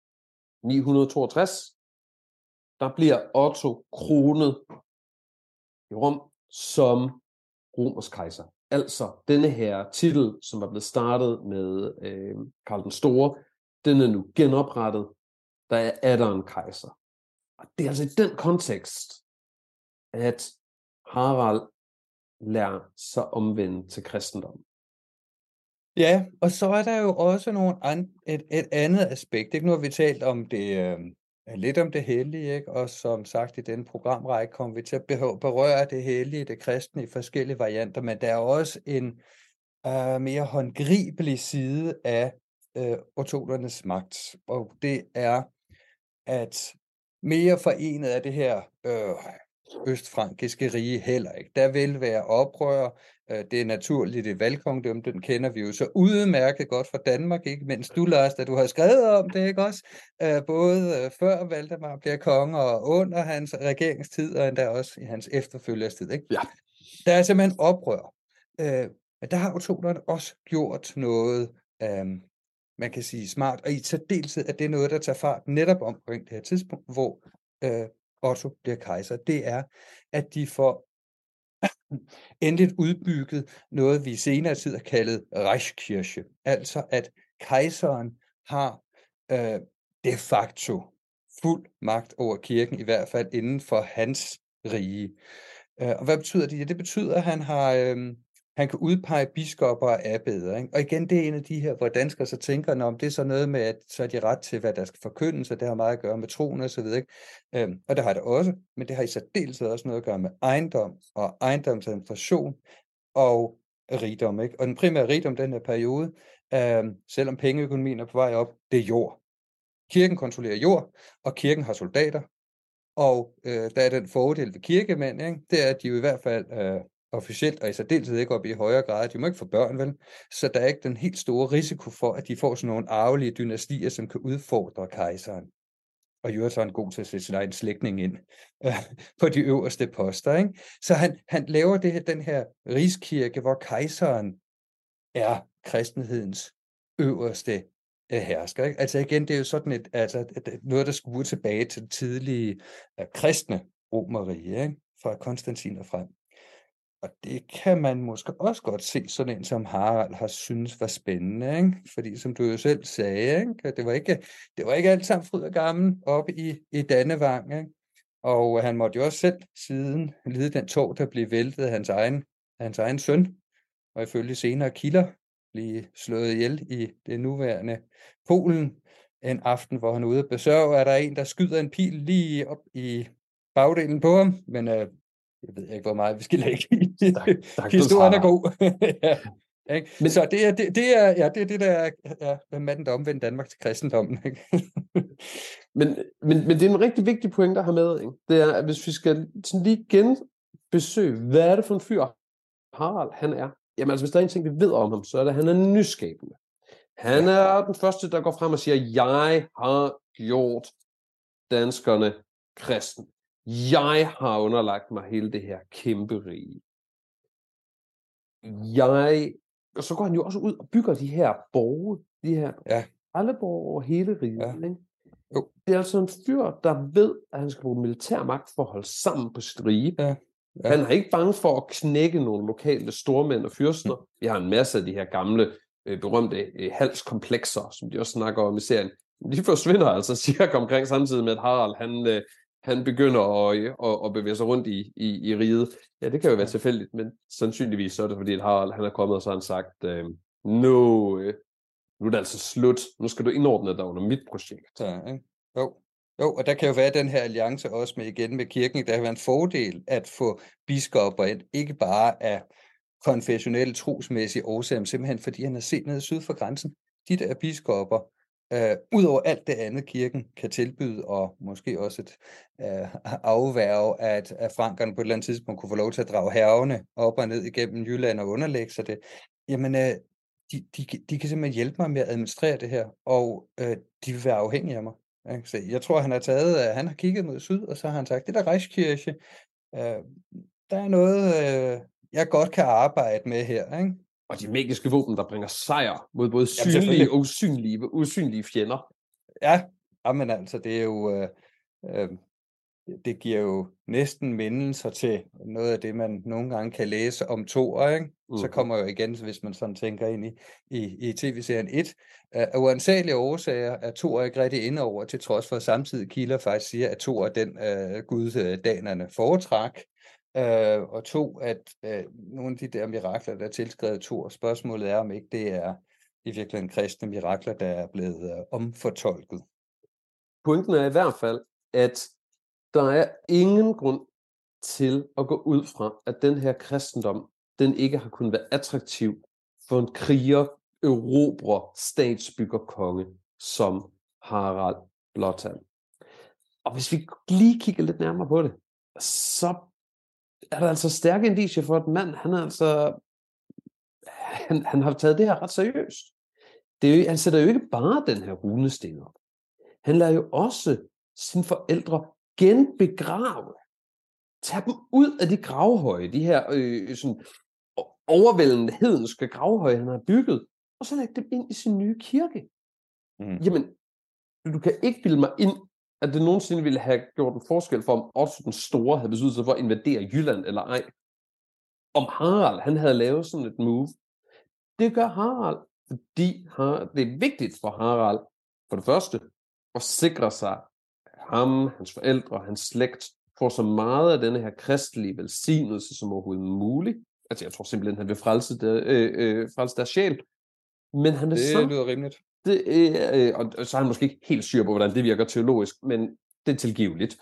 962, der bliver Otto kronet i Rom som romersk kejser. Altså denne her titel, som er blevet startet med Karl den Store, den er nu genoprettet. Der er der en kejser. Og det er altså i den kontekst, at Harald lærer sig omvende til kristendom. Ja, og så er der jo også et andet aspekt, ikke? Nu har vi talt om det, lidt om det hellige, ikke? Og som sagt i denne programrække kommer vi til at berøre det hellige, det kristne i forskellige varianter, men der er også en mere håndgribelig side af ottonernes magt, og det er, at mere forenet af det her østfrankiske rige heller ikke. Der vil være oprør. Det er naturligt et valgkongedømme, den kender vi jo så udmærket godt fra Danmark, ikke mindst du, Lars, da du har skrevet om det, ikke også? Både før Valdemar bliver konge og under hans regeringstid, og endda også i hans efterfølgers tid, ikke? Ja. Der er simpelthen oprør. Men der har ottonerne også gjort noget, man kan sige smart, og i særdeleshed er det noget, der tager fart netop omkring det her tidspunkt, hvor Otto bliver kejser. Det er, at de får endeligt udbygget noget, vi i senere tid har kaldet Reichskirche. Altså, at kejseren har de facto fuld magt over kirken, i hvert fald inden for hans rige. Og hvad betyder det? Ja, det betyder, at han kan udpege biskopper og abbeder, ikke? Og igen, det er en af de her, hvor danskere så tænker, om det er så noget med, at så er de ret til, hvad der skal forkyndes, og det har meget at gøre med troen og så videre, ikke? Og det har det også, men det har i særdeleshed også noget at gøre med ejendom og ejendomsadministration og rigdom, ikke? Og den primære rigdom den her periode, selvom pengeøkonomien er på vej op, det er jord. Kirken kontrollerer jord, og kirken har soldater, og der er den fordel ved kirkemænd, ikke? Det er, at de jo i hvert fald officielt, og i særdeleshed ikke op i højere grad. De må ikke få børn, vel? Så der er ikke den helt store risiko for, at de får sådan nogle arvelige dynastier, som kan udfordre kejseren. Og i øvrigt så er han god til at sætte sin egen slægtning ind på de øverste poster, ikke? Så han laver den her rigskirke, hvor kejseren er kristenhedens øverste hersker, ikke? Altså igen, det er jo sådan noget, der skuer tilbage til det tidlige kristne romerrige, ikke? Fra Konstantin og frem. Og det kan man måske også godt se, sådan en som Harald har synes var spændende, ikke? Fordi som du jo selv sagde, ikke? Det var ikke alt sammen fryd og gammel oppe i Dannevang, ikke? Og han måtte jo også selv siden lide den tog, der blev væltet af hans egen søn, og ifølge senere kilder blive slået ihjel i det nuværende Polen. En aften, hvor han er ude at besøge, er der en, der skyder en pil lige op i bagdelen på ham, men jeg ved ikke, hvor meget vi skal lægge i. Historien er god. Ja, ikke? Men, så det er det der er manden, der omvendte Danmark til kristendommen. Ikke? men det er en rigtig vigtig point, der har med. Ikke? Det er, at hvis vi skal sådan lige genbesøge, hvad er det for en fyr Harald han er? Jamen altså, hvis der er en ting, vi ved om ham, så er det, at han er nyskabende. Han er den første, der går frem og siger, jeg har gjort danskerne kristen. Jeg har underlagt mig hele det her kæmpe rige. Og så går han jo også ud og bygger de her borge, de her alle borge over hele riget. Ja. Ikke? Jo. Det er altså en fyr, der ved, at han skal bruge militærmagt for at holde sammen på sit rige. Ja. Ja. Han er ikke bange for at knække nogle lokale stormænd og fyrster. Vi har en masse af de her gamle, berømte halskomplekser, som de også snakker om i serien. De forsvinder altså cirka omkring samtidig med, at Harald han begynder at bevæge sig rundt i riget. Ja, det kan jo være tilfældigt, men sandsynligvis så er det, fordi at Harald han er kommet, og så har han sagt, nu er det altså slut. Nu skal du indordne dig under mit projekt. Ja, ikke? Jo, og der kan jo være den her alliance også med kirken. Der kan være en fordel at få biskopper ind, ikke bare af konfessionelle trosmæssige årsager, men simpelthen fordi han er set ned syd for grænsen. De der biskopper, udover alt det andet kirken kan tilbyde, og måske også et afværge, at frankerne på et eller andet tidspunkt kunne få lov til at drage hærgerne op og ned igennem Jylland og underlægge sig det, jamen de kan simpelthen hjælpe mig med at administrere det her, og de vil være afhængige af mig. Så jeg tror, han har kigget mod syd, og så har han sagt, det der Reichskirche, der er noget, jeg godt kan arbejde med her, ikke? Og de magiske våben, der bringer sejr mod både synlige og usynlige fjender. Ja, men altså, det er jo, det giver jo næsten mindelser til noget af det, man nogle gange kan læse om Thor, ikke? Så kommer jo igen, hvis man sådan tænker ind i tv-serien 1, af uansagelige årsager er Thor ikke rigtig inde over, til trods for, at samtidig kilder faktisk siger, at Thor er den gud, danerne foretræk. Og 2, at nogle af de der mirakler, der er tilskrevet Thor, spørgsmålet er, om ikke det er i virkeligheden kristne mirakler, der er blevet omfortolket. Pointen er i hvert fald, at der er ingen grund til at gå ud fra, at den her kristendom, den ikke har kunnet være attraktiv for en kriger, erobrer, statsbygger, konge, som Harald Blåtand. Og hvis vi lige kigger lidt nærmere på det, så er der altså stærke indicier for, at mand, han har taget det her ret seriøst. Han sætter jo ikke bare den her runesten op. Han lader jo også sine forældre genbegrave. Tag dem ud af de gravhøje, de her sådan overvældende hedenske gravhøje, han har bygget, og så lægge dem ind i sin nye kirke. Jamen, du kan ikke bilde mig ind, at det nogensinde ville have gjort en forskel for, om Otto den Store havde besluttet sig for at invadere Jylland eller ej. Om Harald, han havde lavet sådan et move. Det gør Harald, fordi det er vigtigt for Harald, for det første, at sikre sig, at ham, hans forældre, hans slægt, får så meget af denne her kristelige velsignelse som overhovedet muligt. Altså, jeg tror simpelthen, han vil frelse deres sjæl. Men han vil det lyder rimeligt. Og så er han måske ikke helt syr på, hvordan det virker teologisk, men det er tilgiveligt.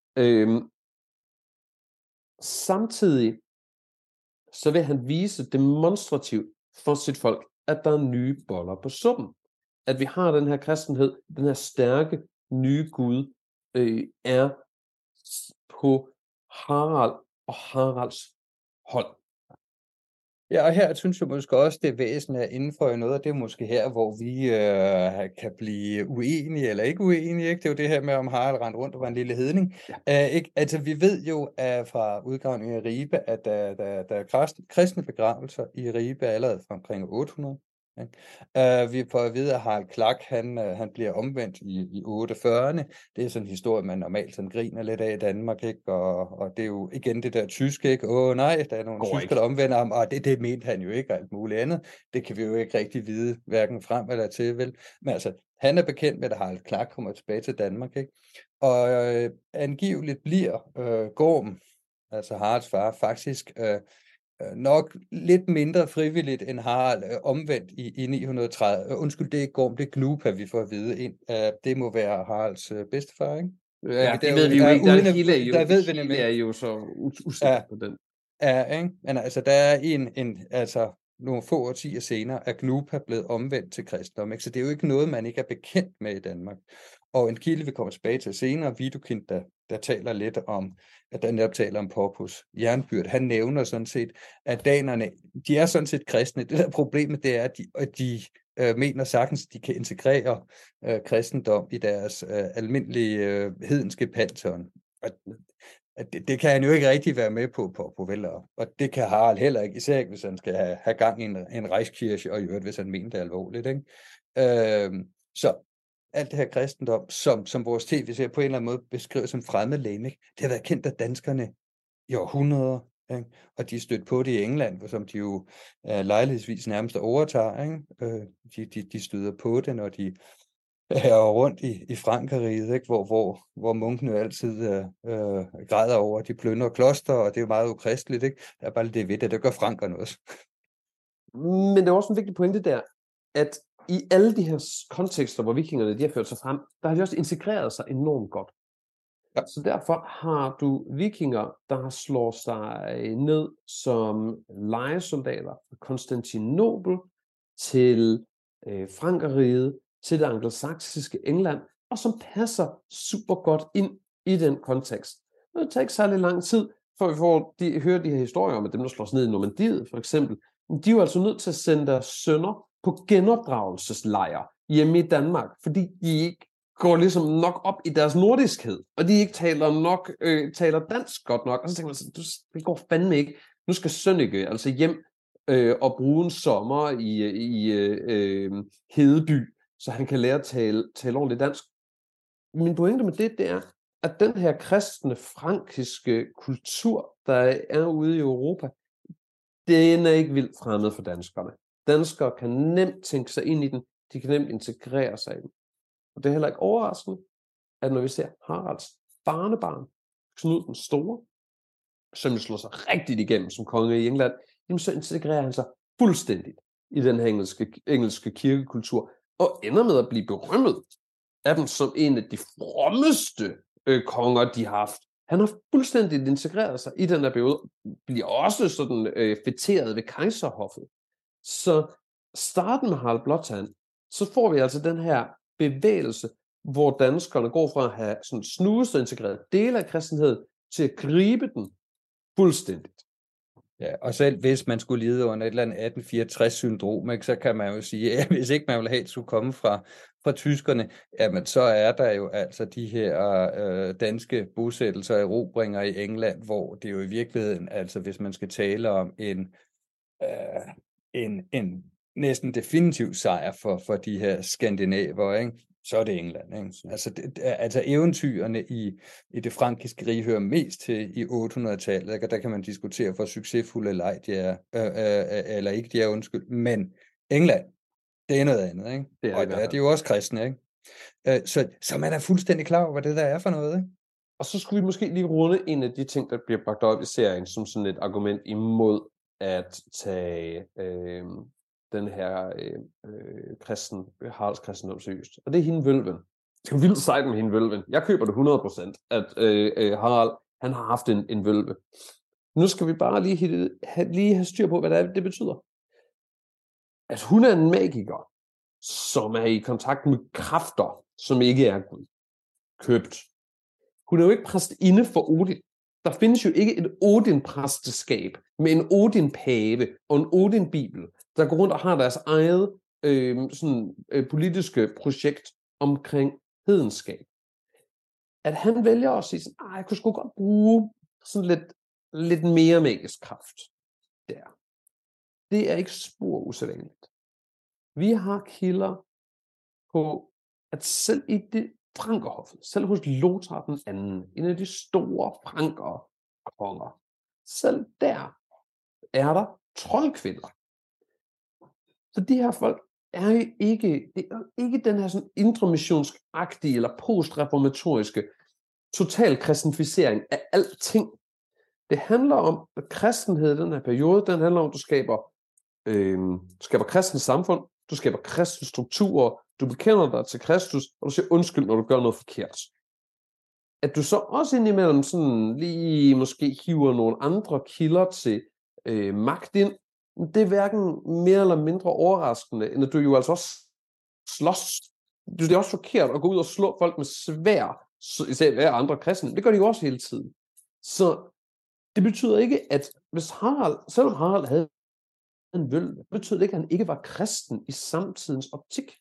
Samtidig så vil han vise demonstrativt for sit folk, at der er nye boller på suppen. At vi har den her kristenhed, den her stærke nye Gud, er på Harald og Haralds hold. Ja, og her synes jeg måske også, det er væsentligt at indføje noget, og det er måske her, hvor vi kan blive uenige eller ikke uenige. Ikke? Det er jo det her med, om Harald rendte rundt og var en lille hedning. Ikke? Altså, vi ved jo fra udgravningen af Ribe, at der er kristne begravelser i Ribe allerede fra omkring 800. Vi får at vide, at Harald Klak, han bliver omvendt i 48'erne. Det er sådan en historie, man normalt sådan griner lidt af i Danmark, ikke? Og det er jo igen det der tyske, ikke? Nej, der er nogle tysker, der omvender ham, og det mente han jo ikke, og alt muligt andet. Det kan vi jo ikke rigtig vide, hverken frem eller til, vel? Men altså, han er bekendt med, at Harald Klak kommer tilbage til Danmark, ikke? Og angiveligt bliver Gorm, altså Haralds far, faktisk nok lidt mindre frivilligt end Harald omvendt i 930. Undskyld, det er ikke Gorm, det er Gnupa, vi får at vide. Det må være Haralds bedstefar, ikke? Ja, det ved vi jo ikke. Der er jo så usikker på den. Ja, ikke? Men altså, der er nogle få årtier senere, er Gnupa blevet omvendt til kristendom, ikke? Så det er jo ikke noget, man ikke er bekendt med i Danmark. Og en kilde, vi kommer tilbage til senere, Widukind, der taler lidt om, at der netop taler om Porpus Jernbyrd, han nævner sådan set, at danerne, de er sådan set kristne. Det der problemet, det er, at de mener sagtens, de kan integrere kristendom i deres almindelige hedenske pantheon. Og det kan han jo ikke rigtig være med på vel, og det kan Harald heller ikke, især ikke, hvis han skal have gang i en Reichskirche, og i øvrigt, hvis han mener det alvorligt, ikke? Så alt det her kristendom, som vores tv-serie på en eller anden måde beskriver som fremmedlegeme, ikke? Det har været kendt af danskerne i århundreder, ikke? Og de er stødt på det i England, som de jo lejlighedsvis nærmest overtager, ikke? De støder på det, når de er rundt i Frankerriget, ikke? Hvor munkene jo altid græder over, at de plyndrer kloster, og det er jo meget ukristeligt, ikke? Der er bare det ved det gør frankerne også. Men det er også en vigtig pointe der, at i alle de her kontekster, hvor vikingerne de har ført sig frem, der har de også integreret sig enormt godt. Ja. Så derfor har du vikinger, der slår sig ned som lejesoldater fra Konstantinopel til Frankerriget, til det angelsaksiske England, og som passer super godt ind i den kontekst. Det tager ikke særlig lang tid, før vi får hører de her historier om, at dem, der slår sig ned i Normandiet, for eksempel, de er jo altså nødt til at sende deres sønner på genopdragelseslejre hjemme i Danmark, fordi de ikke går ligesom nok op i deres nordiskhed, og de ikke taler dansk godt nok, og så tænker man sådan, det går fandme ikke. Nu skal Sønneke altså hjem og bruge en sommer i Hedeby, så han kan lære at tale ordentligt dansk. Min pointe med det er, at den her kristne frankiske kultur, der er ude i Europa, den er ikke vildt fremmed for danskerne. Danskere kan nemt tænke sig ind i den, de kan nemt integrere sig i den. Og det er heller ikke overraskende, at når vi ser Haralds barnebarn, Knud den Store, som slår sig rigtigt igennem som konge i England, jamen så integrerer han sig fuldstændigt i den her engelske kirkekultur, og ender med at blive berømmet af dem som en af de frommeste konger, de har haft. Han har fuldstændigt integreret sig i den her periode, bliver også sådan fætteret ved kejserhoffet. Så starten med Harald Blåtand, så får vi altså den her bevægelse, hvor danskerne går fra at have sådan snuset og integreret dele af kristenhed, til at gribe den fuldstændigt. Ja, og selv hvis man skulle lide under et eller andet 1864-syndrom, ikke, så kan man jo sige, at hvis ikke man vil have, at det skulle komme fra tyskerne, jamen så er der jo altså de her danske bosættelser og erobringer i England, hvor det jo i virkeligheden, altså hvis man skal tale om en næsten definitiv sejr for de her skandinaver, ikke? Så er det England, ikke? Altså eventyrene i det frankiske rige hører mest til i 800-tallet, ikke? Og der kan man diskutere, hvor succesfulde eller ej de er, eller ikke de er, undskyld. Men England, det er noget andet, ikke? Det er og der er de jo også kristne, ikke? Så man er fuldstændig klar over, hvad det der er for noget, ikke? Og så skulle vi måske lige runde en af de ting, der bliver bragt op i serien, som sådan et argument imod at tage den her Haralds kristendom seriøst. Og det er hende Vølven. Det er jo vildt sejt med hende Vølven. Jeg køber det 100%, at Harald, han har haft en vølve. Nu skal vi bare lige have styr på, hvad det betyder. At hun er en magiker, som er i kontakt med kræfter, som ikke er Gud. Købt. Hun er jo ikke præstinde for Odin. Der findes jo ikke et Odin-præsteskab med en Odin-pave og en Odin-bibel, der går rundt og har deres eget politiske projekt omkring hedenskab. At han vælger at sige sådan, jeg kunne sgu godt bruge sådan lidt mere magisk kraft der. Det er ikke spor usædvanligt. Vi har kilder på, at selv i det Frankerhoffet, selv hos Lothar den anden, en af de store frankerkonger, selv der er der troldkvinder. Så de her folk er jo ikke den her sådan intromissionsk-agtige eller postreformatoriske total kristenficering af alting. Det handler om, at kristenhed i den her periode, den handler om, at du skaber kristens samfund, du skaber kristens strukturer, du bekender dig til Kristus, og du siger undskyld, når du gør noget forkert. At du så også indimellem sådan lige måske hiver nogle andre kilder til magt ind, det er hverken mere eller mindre overraskende, end at du jo altså også slås. Det er også forkert at gå ud og slå folk med sværd, især hver andre kristne. Det gør de jo også hele tiden. Så det betyder ikke, at hvis selvom Harald havde en vølve, det betyder ikke, at han ikke var kristen i samtidens optik.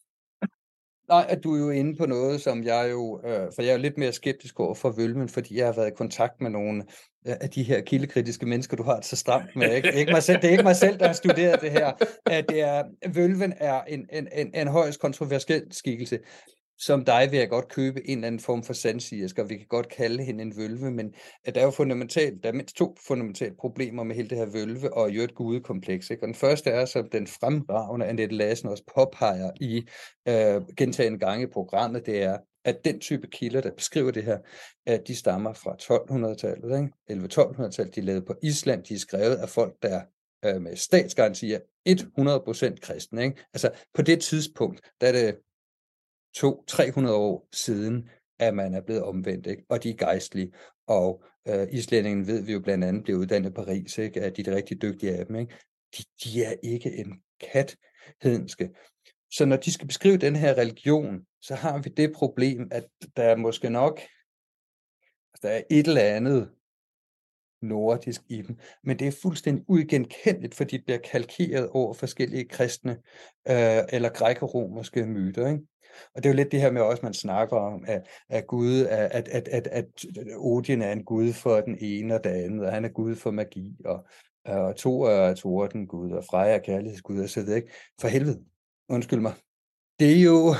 Nej, at du er jo inde på noget, som jeg jo, for jeg er jo lidt mere skeptisk over for vølven, fordi jeg har været i kontakt med nogle af de her kildekritiske mennesker, du har det så stramt med. Ikke? Det er ikke mig selv, der har studeret det her. Vølven er en højst kontroversiel skikkelse. Som dig vil jeg godt købe en eller anden form for sandsigerske, og vi kan godt kalde hende en vølve, men der er jo der er mindst 2 fundamentale problemer med hele det her vølve og jo et gudekompleks. Ikke? Og den første er, som den fremragende Annette Lassen også påpeger i gentagne gange i programmet, det er, at den type kilder, der beskriver det her, at de stammer fra 1200-tallet, 11-1200-tallet, de er lavet på Island, de er skrevet af folk, der med statsgarantier 100% kristne. Ikke? Altså på det tidspunkt, der er det 200-300 år siden, at man er blevet omvendt, ikke? Og de er gejstlige, og islændingen ved vi jo blandt andet bliver uddannet i Paris, ikke? At de er rigtig dygtige af dem, ikke? De er ikke en kat hedenske. Så når de skal beskrive den her religion, så har vi det problem, at der er måske nok, der er et eller andet nordisk i dem, men det er fuldstændig uigenkendeligt, fordi det bliver kalkeret over forskellige kristne eller græko-romerske myter, ikke? Og det er jo lidt det her med også, man snakker om, at Gud, at Odin er en gud for den ene og det andet, og han er gud for magi, og Thor er torden gud, og Freja er kærlighedsgud, og så videre, ikke? For helvede, undskyld mig. Det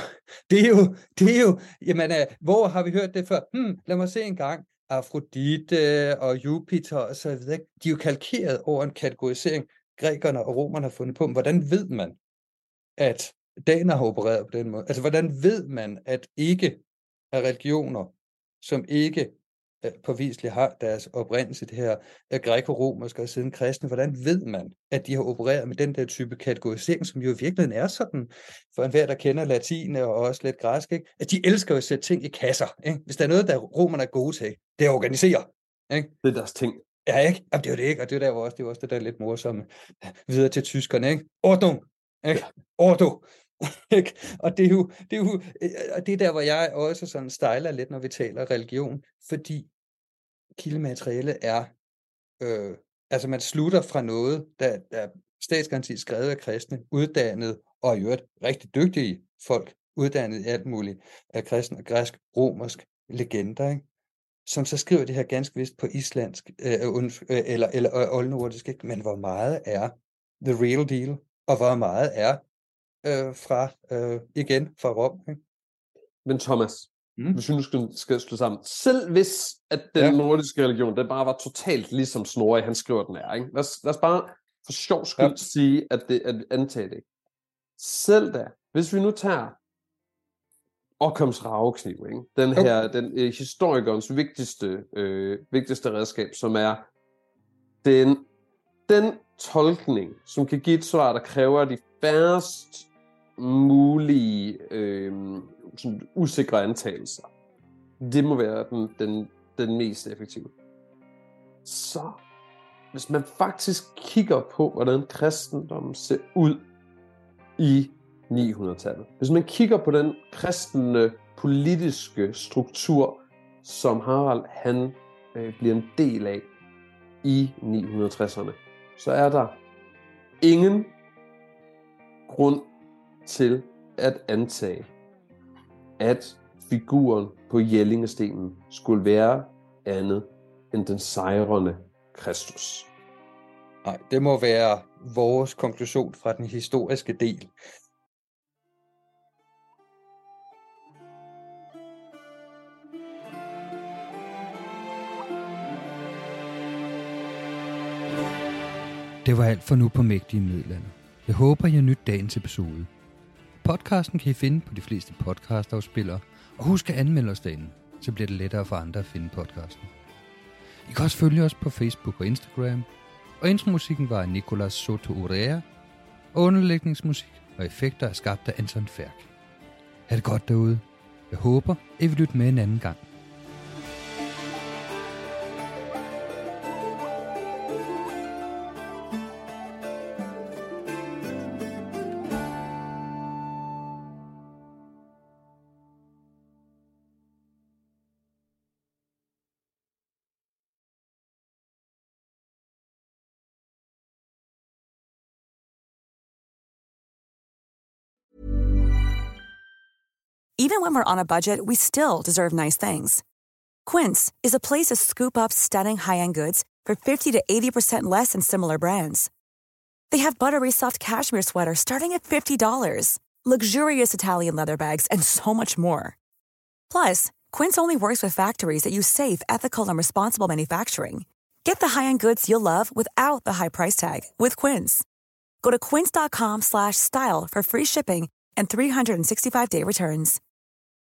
er jo, jamen, hvor har vi hørt det før? Lad mig se en gang. Afrodite og Jupiter og så videre, ikke? De er jo kalkeret over en kategorisering, grækerne og romerne har fundet på. Men hvordan ved man, at daner har opereret på den måde? Altså, hvordan ved man, at ikke er religioner, som ikke påviseligt har deres oprindelse, det her græko-romerske og siden kristne, hvordan ved man, at de har opereret med den der type kategorisering, som jo i virkeligheden er sådan, for enhver, der kender latin og også lidt græsk, ikke? At de elsker at sætte ting i kasser. Ikke? Hvis der er noget, der romerne er gode til, det er at organisere. Ikke? Det er deres ting. Ja, ikke? Jamen, det er jo det ikke, og det er der, hvor også, det er også det der lidt morsomme videre til tyskerne, ikke? Ordnung! Ikke? Ordo! Og det er der, hvor jeg også sådan stejler lidt, når vi taler religion, fordi kildematerialet er, altså man slutter fra noget, der er statsgaranti skrevet af kristne, uddannet, og i øvrigt rigtig dygtige folk, uddannet i alt muligt af kristen og græsk, romersk legender, ikke? Som så skriver det her ganske vist på islandsk, eller oldnordisk, ikke? Men hvor meget er the real deal, og hvor meget er fra Rom. Ikke? Men Thomas, hvis vi nu skal slå sammen, selv hvis at den nordiske religion, den bare var totalt ligesom Snorre, han skriver den er, ikke? Lad os bare for sjov skyld sige, at det er antaget det. Selv da, hvis vi nu tager Occams ravekniv, ikke? Den her, den historikerens vigtigste redskab, som er den tolkning, som kan give et svar, der kræver de færrest mulige sådan usikre antagelser. Det må være den mest effektive. Så hvis man faktisk kigger på, hvordan kristendommen ser ud i 900-tallet. Hvis man kigger på den kristne politiske struktur, som Harald han bliver en del af i 960'erne, så er der ingen grund til at antage, at figuren på Jellingestenen skulle være andet end den sejrende Kristus. Nej, det må være vores konklusion fra den historiske del. Det var alt for nu på Mægtige Middelalder. Jeg håber, I har nydt dagens episode. Podcasten kan I finde på de fleste podcastafspillere, og husk at anmelde os derinde, så bliver det lettere for andre at finde podcasten. I kan også følge os på Facebook og Instagram, og intromusikken var af Nicolas Soto Urea, og underlægningsmusik og effekter er skabt af Anton Færk. Ha' det godt derude. Jeg håber, I vil lytte med en anden gang. Even when we're on a budget, we still deserve nice things. Quince is a place to scoop up stunning high-end goods for 50 to 80% less than similar brands. They have buttery soft cashmere sweaters starting at $50, luxurious Italian leather bags, and so much more. Plus, Quince only works with factories that use safe, ethical, and responsible manufacturing. Get the high-end goods you'll love without the high price tag with Quince. Go to quince.com/style for free shipping and 365-day returns.